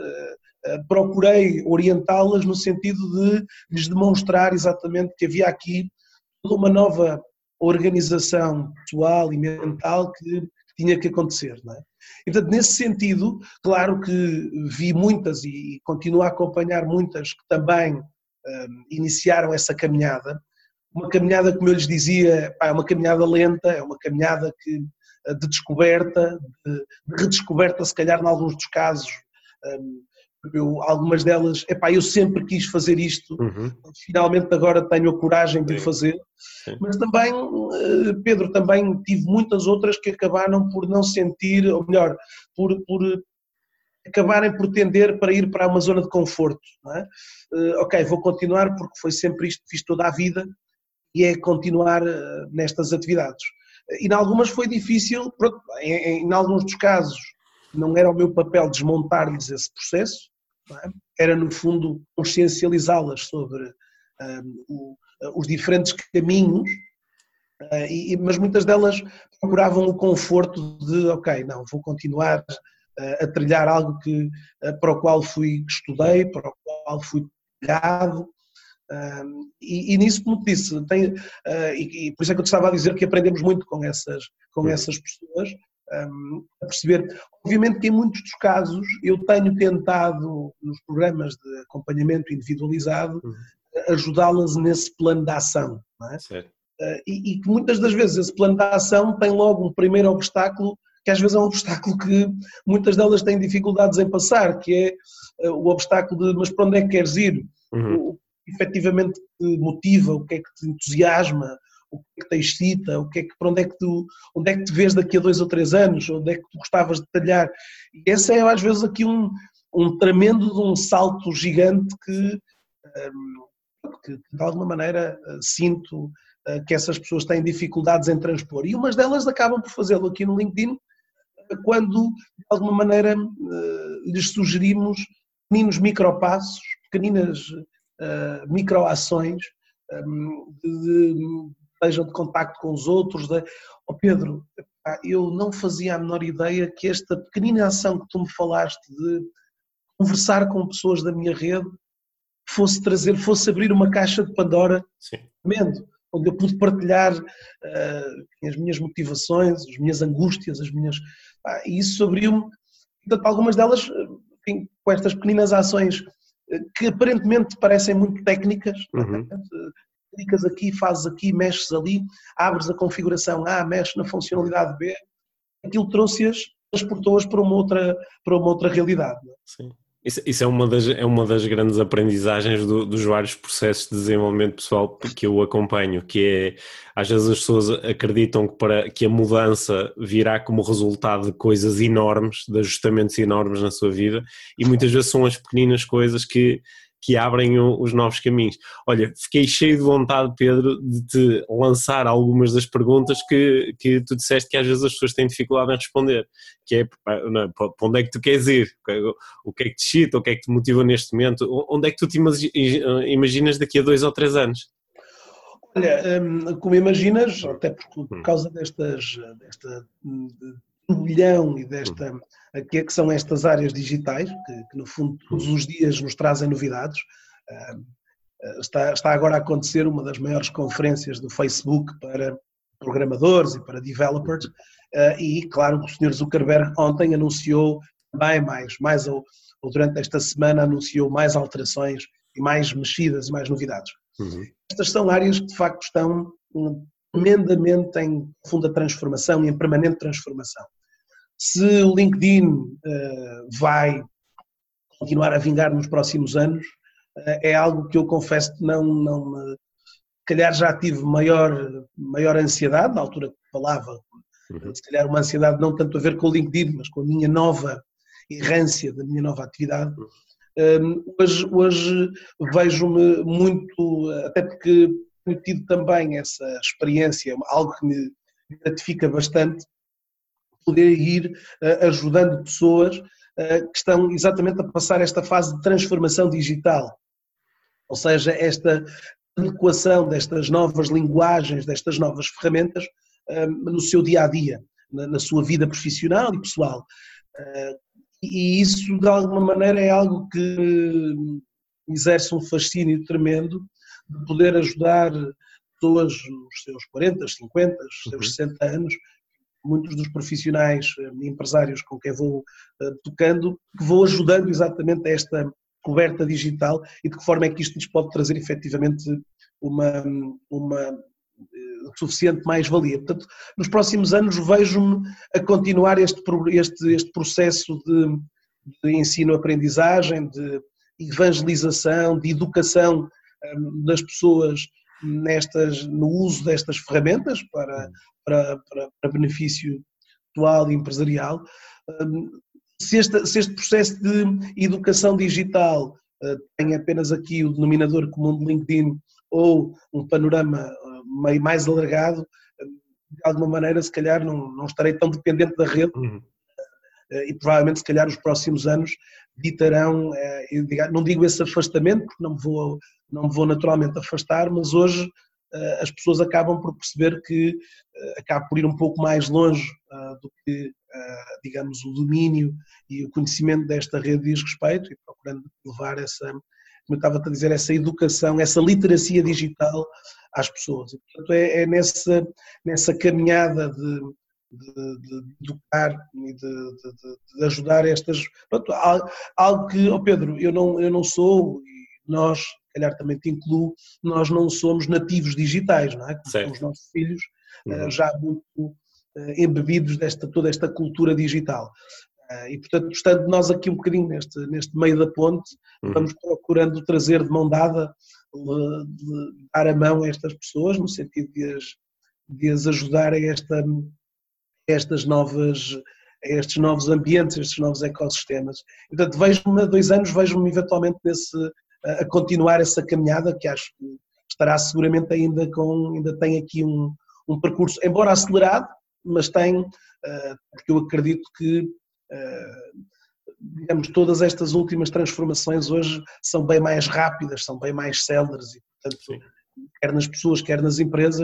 procurei orientá-las no sentido de lhes demonstrar exatamente que havia aqui toda uma nova organização pessoal e mental que tinha que acontecer, não é? E, portanto, nesse sentido, claro que vi muitas e continuo a acompanhar muitas que também um, iniciaram essa caminhada, uma caminhada, como eu lhes dizia, é uma caminhada lenta, é uma caminhada que, de descoberta, de, de redescoberta, se calhar, em alguns dos casos, um, Eu, algumas delas, epá, eu sempre quis fazer isto, uhum. finalmente agora tenho a coragem de o fazer, Sim. mas também, Pedro, também tive muitas outras que acabaram por não sentir, ou melhor, por, por acabarem por tender para ir para uma zona de conforto, não é? Uh, ok, vou continuar porque foi sempre isto que fiz toda a vida e é continuar nestas atividades. E em algumas foi difícil, pronto, em, em alguns dos casos não era o meu papel desmontar-lhes esse processo, é? Era no fundo consciencializá-las sobre um, o, os diferentes caminhos, uh, e, mas muitas delas procuravam o conforto de, ok, não, vou continuar uh, a trilhar algo que, uh, para o qual fui, estudei, para o qual fui trabalhado, um, e, e nisso, como te disse, tem, uh, e, e por isso é que eu te estava a dizer que aprendemos muito com essas, com essas pessoas, Um, a perceber, obviamente que em muitos dos casos eu tenho tentado nos programas de acompanhamento individualizado uhum. ajudá-las nesse plano de ação, não é? Uh, e, e que muitas das vezes esse plano de ação tem logo um primeiro obstáculo que às vezes é um obstáculo que muitas delas têm dificuldades em passar, que é uh, o obstáculo de mas para onde é que queres ir? Uhum. O, o que efetivamente te motiva, o que é que te entusiasma, o que é que te excita, o que é que, para onde é que tu, onde é que te vês daqui a dois ou três anos, onde é que tu gostavas de talhar. E esse é às vezes aqui um, um tremendo de um salto gigante que, um, que de alguma maneira sinto uh, que essas pessoas têm dificuldades em transpor. E umas delas acabam por fazê-lo aqui no LinkedIn quando de alguma maneira uh, lhes sugerimos pequeninos micropassos, pequeninas uh, microações um, de, de estejam de contacto com os outros, de, oh Pedro, eu não fazia a menor ideia que esta pequenina ação que tu me falaste de conversar com pessoas da minha rede fosse trazer, fosse abrir uma caixa de Pandora, tremendo, onde eu pude partilhar uh, as minhas motivações, as minhas angústias, as minhas... Ah, e isso abriu-me, portanto, algumas delas, enfim, com estas pequeninas ações que aparentemente parecem muito técnicas, uhum. clicas aqui, fazes aqui, mexes ali, abres a configuração A, mexes na funcionalidade B, aquilo trouxe-as, transportou-as para uma outra, para uma outra realidade. Não é? Sim. Isso, isso é, uma das, é uma das grandes aprendizagens do, dos vários processos de desenvolvimento pessoal que eu acompanho, que é, às vezes as pessoas acreditam que, para, que a mudança virá como resultado de coisas enormes, de ajustamentos enormes na sua vida, e muitas vezes são as pequeninas coisas que, que abrem o, os novos caminhos. Olha, fiquei cheio de vontade, Pedro, de te lançar algumas das perguntas que, que tu disseste que às vezes as pessoas têm dificuldade em responder, que é, não, para onde é que tu queres ir? O que é que te excita? O que é que te motiva neste momento? Onde é que tu te imaginas daqui a dois ou três anos? Olha, como imaginas, até por, por causa destas, desta turbilhão e desta, que, que são estas áreas digitais, que, que no fundo todos os dias nos trazem novidades. Está, está agora a acontecer uma das maiores conferências do Facebook para programadores e para developers, e claro que o senhor Zuckerberg ontem anunciou bem mais, mais ou, ou durante esta semana anunciou mais alterações e mais mexidas e mais novidades. Uhum. Estas são áreas que de facto estão tremendamente em profunda transformação e em permanente transformação. Se o LinkedIn uh, vai continuar a vingar nos próximos anos, uh, é algo que eu confesso que não, não uh, se calhar já tive maior, maior ansiedade, na altura que falava, uhum. se calhar uma ansiedade não tanto a ver com o LinkedIn, mas com a minha nova errância, da minha nova atividade. Um, hoje hoje vejo-me muito, até porque tenho tido também essa experiência, algo que me gratifica bastante, poder ir uh, ajudando pessoas uh, que estão exatamente a passar esta fase de transformação digital, ou seja, esta adequação destas novas linguagens, destas novas ferramentas uh, no seu dia-a-dia, na, na sua vida profissional e pessoal. Uh, e isso, de alguma maneira, é algo que exerce um fascínio tremendo de poder ajudar pessoas nos seus quarenta, cinquenta, nos seus sessenta anos, muitos dos profissionais e empresários com quem vou uh, tocando, que vou ajudando exatamente a esta coberta digital e de que forma é que isto lhes pode trazer efetivamente uma, uma uh, suficiente mais-valia. Portanto, nos próximos anos vejo-me a continuar este, este, este processo de, de ensino-aprendizagem, de evangelização, de educação um, das pessoas nestas, no uso destas ferramentas para, para, para, para benefício pessoal e empresarial. Se este, se este processo de educação digital uh, tem apenas aqui o denominador comum de LinkedIn ou um panorama uh, meio mais alargado, uh, de alguma maneira se calhar não, não estarei tão dependente da rede. Uhum. Uh, e provavelmente se calhar os próximos anos ditarão, uh, eu digo, não digo esse afastamento, porque não me vou, não me vou naturalmente afastar, mas hoje uh, as pessoas acabam por perceber que uh, acaba por ir um pouco mais longe uh, do que, uh, digamos, o domínio e o conhecimento desta rede diz respeito, e procurando levar essa, como eu estava a dizer, essa educação, essa literacia digital às pessoas. E, portanto, é, é nessa, nessa caminhada de De, de, de educar e de, de, de ajudar estas... Pronto, algo que, oh Pedro, eu não, eu não sou, e nós, se calhar também te incluo, nós não somos nativos digitais, não é? Como são os nossos filhos, uhum. já muito embebidos desta, toda esta cultura digital. E, portanto, estando nós aqui um bocadinho neste, neste meio da ponte, uhum. vamos procurando trazer de mão dada, de, de dar a mão a estas pessoas, no sentido de as, de as ajudar a esta... estas novas, estes novos ambientes, estes novos ecossistemas. Portanto, vejo-me há dois anos, vejo-me eventualmente nesse, a continuar essa caminhada, que acho que estará seguramente ainda com, ainda tem aqui um, um percurso, embora acelerado, mas tem, porque eu acredito que, digamos, todas estas últimas transformações hoje são bem mais rápidas, são bem mais céleres e, portanto, Sim. quer nas pessoas, quer nas empresas,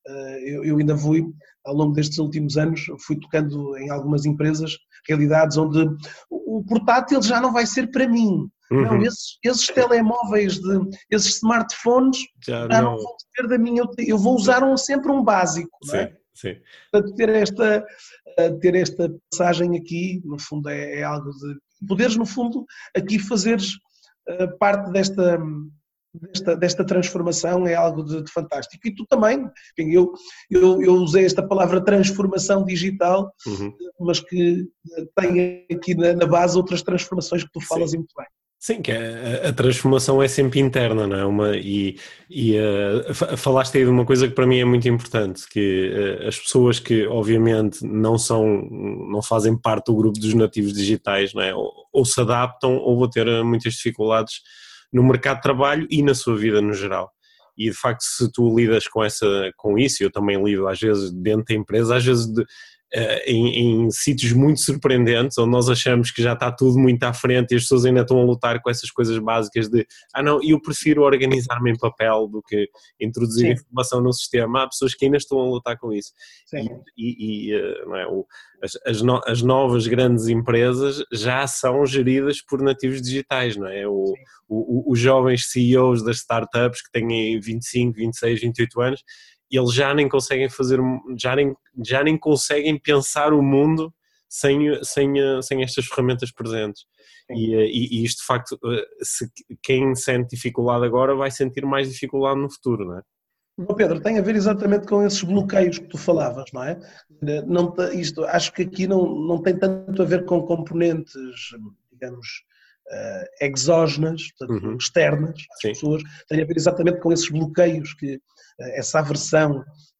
eu, eu ainda fui, ao longo destes últimos anos, fui tocando em algumas empresas, realidades onde o portátil já não vai ser para mim. Uhum. Não, esses, esses telemóveis, de, esses smartphones já, já não. não vão ser da minha, eu, eu vou usar um, sempre um básico, sim, não é? Sim. Portanto, ter esta, ter esta passagem aqui, no fundo, é, é algo de poderes, no fundo, aqui fazeres uh, parte desta, desta, desta transformação, é algo de, de fantástico. E tu também, enfim, eu, eu, eu usei esta palavra transformação digital, uhum. mas que tem aqui na, na base outras transformações que tu falas Sim. muito bem. Sim, que a, a transformação é sempre interna, não é? Uma, e e uh, falaste aí de uma coisa que para mim é muito importante, que uh, as pessoas que obviamente não são, não fazem parte do grupo dos nativos digitais, não é? Ou, ou se adaptam ou vão ter muitas dificuldades no mercado de trabalho e na sua vida no geral. E de facto, se tu lidas com, essa, com isso, eu também lido às vezes dentro da empresa, às vezes de, Uh, em, em sítios muito surpreendentes, onde nós achamos que já está tudo muito à frente e as pessoas ainda estão a lutar com essas coisas básicas de, ah não, eu prefiro organizar-me em papel do que introduzir Sim. informação no sistema. Há pessoas que ainda estão a lutar com isso. Sim. E, e, e uh, não é, o, as, as, no, as novas grandes empresas já são geridas por nativos digitais, não é? O, o, o, os jovens C E Os das startups que têm vinte e cinco, vinte e seis, vinte e oito anos, eles já nem conseguem fazer, já nem, já nem conseguem pensar o mundo sem, sem, sem estas ferramentas presentes. E, e, e isto, de facto, se quem sente dificuldade agora vai sentir mais dificuldade no futuro, não é? Bom, Pedro, tem a ver exatamente com esses bloqueios que tu falavas, não é? Não, isto, acho que aqui não, não tem tanto a ver com componentes, digamos, uh, exógenas, portanto, uhum. externas às Sim. pessoas, tem a ver exatamente com esses bloqueios que essa aversão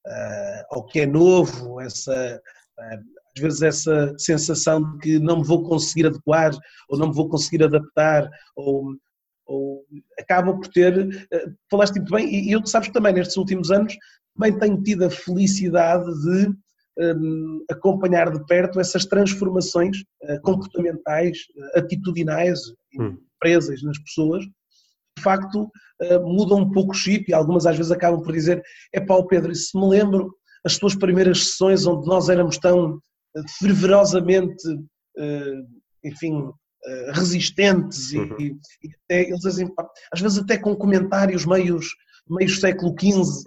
uh, ao que é novo, essa, uh, às vezes essa sensação de que não me vou conseguir adequar ou não me vou conseguir adaptar ou, ou acaba por ter, uh, falaste muito bem, e, e eu sabes que também nestes últimos anos também tenho tido a felicidade de um, acompanhar de perto essas transformações uh, comportamentais, uh, atitudinais, hum. presas nas pessoas, de facto mudam um pouco o chip e algumas às vezes acabam por dizer, é pá, Pedro, se me lembro as tuas primeiras sessões onde nós éramos tão fervorosamente, enfim, resistentes e, uhum. e até, eles dizem, pá, às vezes até com comentários meios, meios século quinze.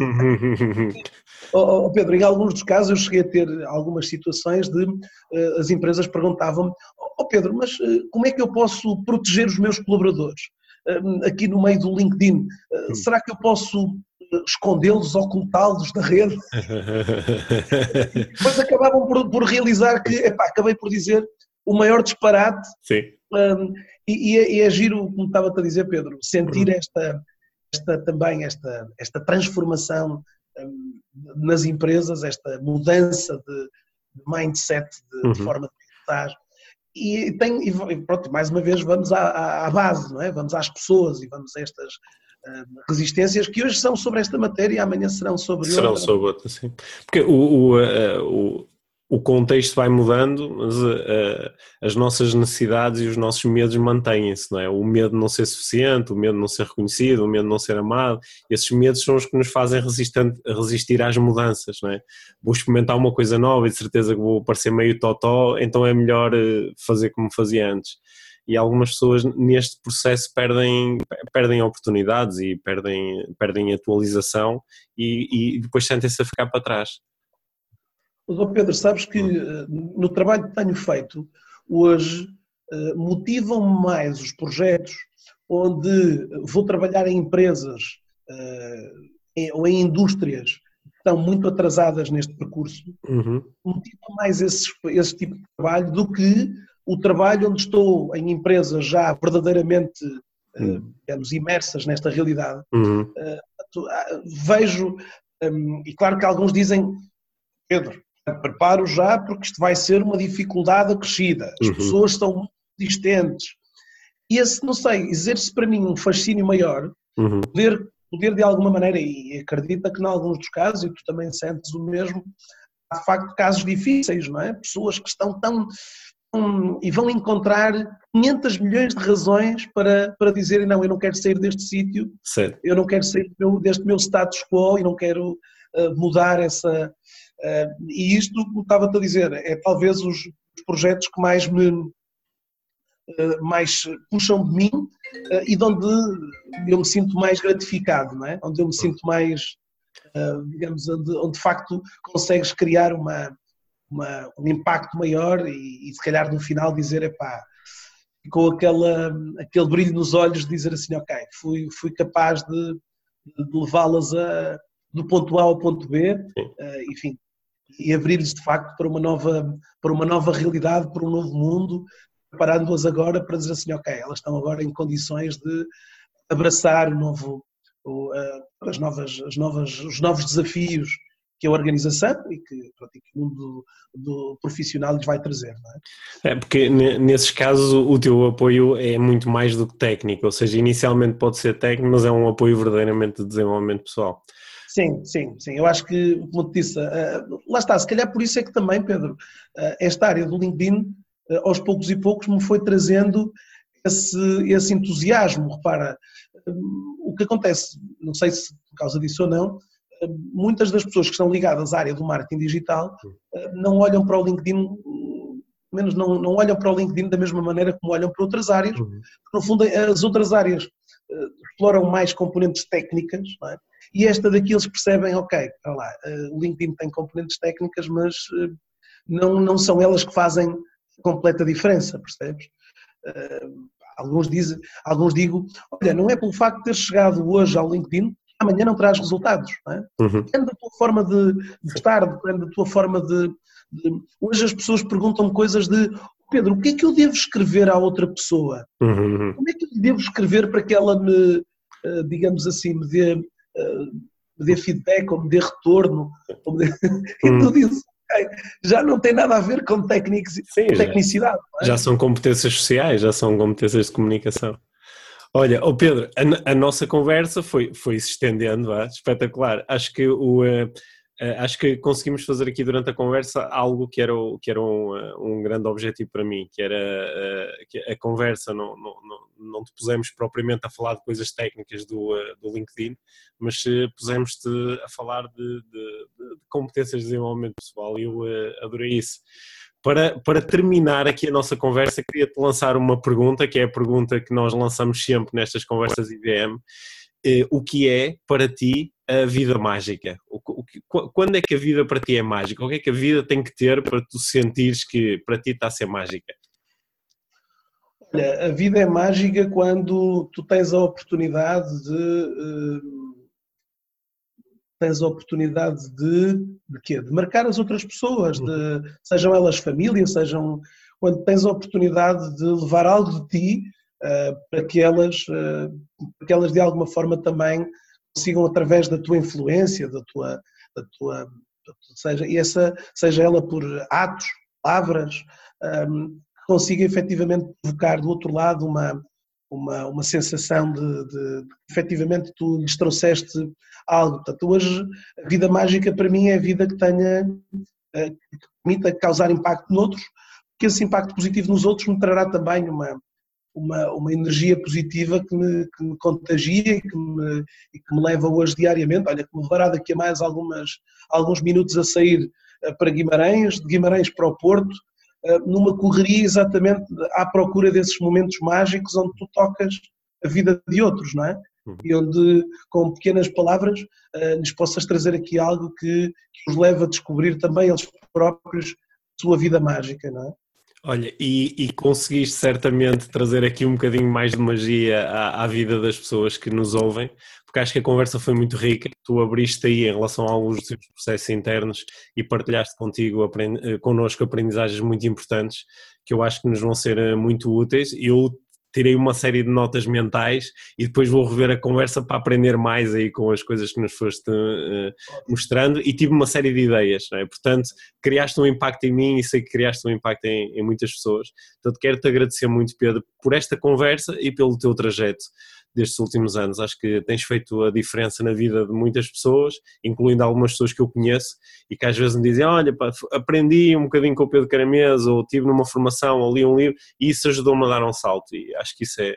oh, oh, Pedro, em alguns dos casos eu cheguei a ter algumas situações de, as empresas perguntavam-me, oh Pedro, mas como é que eu posso proteger os meus colaboradores? Aqui no meio do LinkedIn, será que eu posso escondê-los, ocultá-los da rede? E depois acabavam por, por realizar que, epá, acabei por dizer o maior disparate. Sim. Um, e, e, é, e é giro, como estava-te a dizer, Pedro, sentir esta, esta também esta, esta transformação um, nas empresas, esta mudança de, de mindset, de, uhum. de forma de pensar. E, tem, e pronto, mais uma vez vamos à, à base, não é? Vamos às pessoas e vamos a estas uh, resistências que hoje são sobre esta matéria e amanhã serão sobre serão outra. Serão sobre outra, sim. Porque o, o, uh, o, o contexto vai mudando, mas uh, as nossas necessidades e os nossos medos mantêm-se, não é? O medo de não ser suficiente, o medo de não ser reconhecido, o medo de não ser amado, esses medos são os que nos fazem resistir às mudanças, não é? Vou experimentar uma coisa nova e de certeza que vou parecer meio totó, então é melhor fazer como fazia antes. E algumas pessoas neste processo perdem, perdem oportunidades e perdem, perdem atualização e, e depois sentem-se a ficar para trás. Pedro, sabes que no trabalho que tenho feito, hoje motivam-me mais os projetos onde vou trabalhar em empresas ou em indústrias que estão muito atrasadas neste percurso, uhum. motivam mais esse, esse tipo de trabalho do que o trabalho onde estou em empresas já verdadeiramente uhum. digamos, imersas nesta realidade. Uhum. Vejo, e claro que alguns dizem, Pedro, preparo já porque isto vai ser uma dificuldade acrescida, as uhum. pessoas estão muito distentes. E esse, não sei, exerce para mim um fascínio maior, uhum. poder, poder de alguma maneira, e acredita que em alguns dos casos, e tu também sentes o mesmo, há de facto casos difíceis, não é? Pessoas que estão tão, tão e vão encontrar quinhentos milhões de razões para, para dizerem, não, eu não quero sair deste sítio, eu não quero sair deste meu status quo e não quero uh, mudar essa... Uh, e isto, como estava-te a dizer, é talvez os projetos que mais me uh, mais puxam de mim uh, e de onde eu me sinto mais gratificado, não é? Onde eu me sinto mais, uh, digamos, onde, onde de facto consegues criar uma, uma, um impacto maior e, e se calhar no final dizer, epá, com aquela, aquele brilho nos olhos de dizer assim, ok, fui, fui capaz de, de levá-las a, do ponto A ao ponto B, uh, enfim, e abrir-lhes de facto para uma nova, para uma nova realidade, para um novo mundo, preparando-as agora para dizer assim, ok, elas estão agora em condições de abraçar o novo, o, uh, as novas, as novas, os novos desafios que a organização e que, pronto, e que o mundo do, do profissional lhes vai trazer, não é? É porque nesses casos o teu apoio é muito mais do que técnico, ou seja, inicialmente pode ser técnico, mas é um apoio verdadeiramente de desenvolvimento pessoal. Sim, sim, sim. Eu acho que, como te disse, uh, lá está, se calhar por isso é que também, Pedro, uh, esta área do LinkedIn, uh, aos poucos e poucos, me foi trazendo esse, esse entusiasmo. Repara, uh, o que acontece, não sei se por causa disso ou não, uh, muitas das pessoas que estão ligadas à área do marketing digital uh, não olham para o LinkedIn, menos não, não olham para o LinkedIn da mesma maneira como olham para outras áreas, porque no fundo as outras áreas uh, exploram mais componentes técnicas, não é? E esta daqui eles percebem, ok, para lá, o LinkedIn tem componentes técnicas, mas não, não são elas que fazem completa diferença, percebes? Alguns dizem, alguns digo, olha, não é pelo facto de ter chegado hoje ao LinkedIn, amanhã não traz resultados, não é? Uhum. Depende da tua forma de, de estar, depende da tua forma de, de... Hoje as pessoas perguntam-me coisas de, Pedro, o que é que eu devo escrever à outra pessoa? Uhum. Como é que eu devo escrever para que ela me, digamos assim, me dê... me dê feedback ou me dê retorno, ou me dê... e tudo isso já não tem nada a ver com técnicos, Sim, tecnicidade. Já, é? já são competências sociais, já são competências de comunicação. Olha, oh Pedro, a, a nossa conversa foi, foi se estendendo, é? Espetacular. Acho que, o, uh, uh, acho que conseguimos fazer aqui durante a conversa algo que era, o, que era um, uh, um grande objetivo para mim, que era uh, que a conversa, não, não, não, não te pusemos propriamente a falar de coisas técnicas do, uh, do LinkedIn, mas uh, pusemos-te a falar de, de, de competências de desenvolvimento pessoal e eu uh, adorei isso. Para, para terminar aqui a nossa conversa, queria-te lançar uma pergunta, que é a pergunta que nós lançamos sempre nestas conversas I V M. Eh, o que é, para ti, a vida mágica? O, o, quando é que a vida para ti é mágica? O que é que a vida tem que ter para tu sentires que para ti está a ser mágica? Olha, a vida é mágica quando tu tens a oportunidade de... Uh, tens a oportunidade de, de quê? De marcar as outras pessoas, de, sejam elas família, sejam... Quando tens a oportunidade de levar algo de ti uh, para, que elas, uh, para que elas de alguma forma também consigam, através da tua influência, da tua... Da tua seja, e essa, seja ela por atos, palavras, um, que consiga efetivamente provocar do outro lado uma... Uma, uma sensação de, de, de que efetivamente tu lhes trouxeste algo. Portanto, hoje a vida mágica para mim é a vida que tenha, que permita causar impacto noutros, porque esse impacto positivo nos outros me trará também uma, uma, uma energia positiva que me, que me contagia e que me, e que me leva hoje diariamente, olha, que me levará daqui a mais algumas, alguns minutos a sair para Guimarães, de Guimarães para o Porto, numa correria exatamente à procura desses momentos mágicos onde tu tocas a vida de outros, não é? E onde, com pequenas palavras, lhes possas trazer aqui algo que, que os leva a descobrir também eles próprios a sua vida mágica, não é? Olha, e, e conseguiste certamente trazer aqui um bocadinho mais de magia à, à vida das pessoas que nos ouvem, porque acho que a conversa foi muito rica, tu abriste aí em relação a alguns dos teus processos internos e partilhaste contigo, aprend, connosco aprendizagens muito importantes que eu acho que nos vão ser muito úteis. Eu tirei uma série de notas mentais e depois vou rever a conversa para aprender mais aí com as coisas que nos foste uh, mostrando e tive uma série de ideias, não é? Portanto, criaste um impacto em mim e sei que criaste um impacto em, em muitas pessoas. Portanto, quero-te agradecer muito, Pedro, por esta conversa e pelo teu trajeto destes últimos anos. Acho que tens feito a diferença na vida de muitas pessoas, incluindo algumas pessoas que eu conheço e que às vezes me dizem, olha, pá, aprendi um bocadinho com o Pedro Caramês ou estive numa formação ou li um livro e isso ajudou-me a dar um salto e acho que isso é,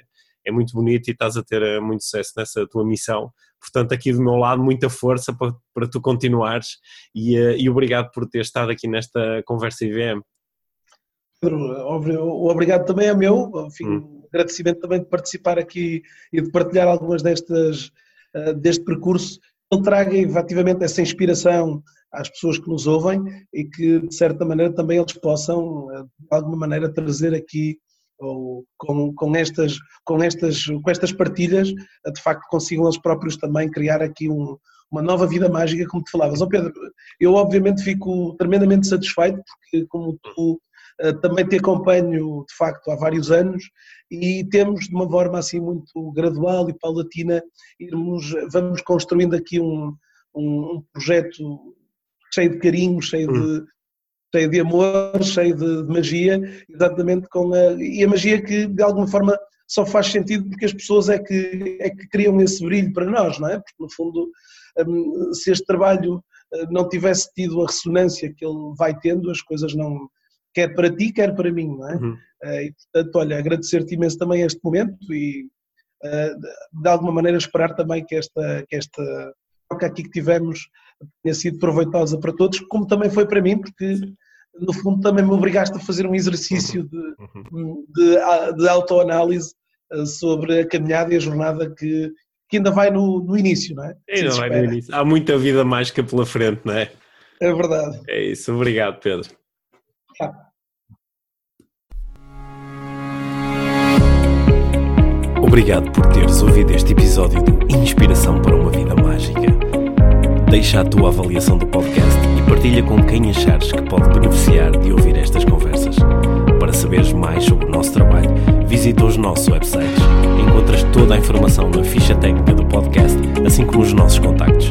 é muito bonito e estás a ter muito sucesso nessa tua missão. Portanto, aqui do meu lado, muita força para, para tu continuares e, e obrigado por ter estado aqui nesta conversa I V M. Pedro, o obrigado também é meu, enfim, hum. agradecimento também de participar aqui e de partilhar algumas destas, deste percurso, que ele traga efetivamente essa inspiração às pessoas que nos ouvem e que de certa maneira também eles possam de alguma maneira trazer aqui ou com, com, estas, com, estas, com estas partilhas, de facto consigam eles próprios também criar aqui um, uma nova vida mágica, como te falavas. Oh Pedro, eu obviamente fico tremendamente satisfeito porque como tu uh, também te acompanho de facto há vários anos e temos de uma forma assim muito gradual e paulatina, irmos, vamos construindo aqui um, um, um projeto cheio de carinho, cheio de cheio de amor, cheio de, de magia, exatamente com a, e a magia que de alguma forma só faz sentido porque as pessoas é que, é que criam esse brilho para nós, não é? Porque no fundo, um, se este trabalho não tivesse tido a ressonância que ele vai tendo, as coisas não, quer para ti, quer para mim, não é? Uhum. Uh, e portanto, olha, agradecer-te imenso também este momento e uh, de alguma maneira esperar também que esta, que esta troca aqui que tivemos tenha sido proveitosa para todos, como também foi para mim, porque no fundo também me obrigaste a fazer um exercício de, de, de autoanálise sobre a caminhada e a jornada que, que ainda vai no, no início, não é? Ainda vai no início. Há muita vida mágica pela frente, não é? É verdade. É isso, obrigado Pedro. Ah. Obrigado por teres ouvido este episódio de Inspiração para uma Vida Mágica. Deixa a tua avaliação do podcast e partilha com quem achares que pode beneficiar de ouvir estas conversas. Para saberes mais sobre o nosso trabalho, visita os nossos websites. Encontras toda a informação na ficha técnica do podcast, assim como os nossos contactos.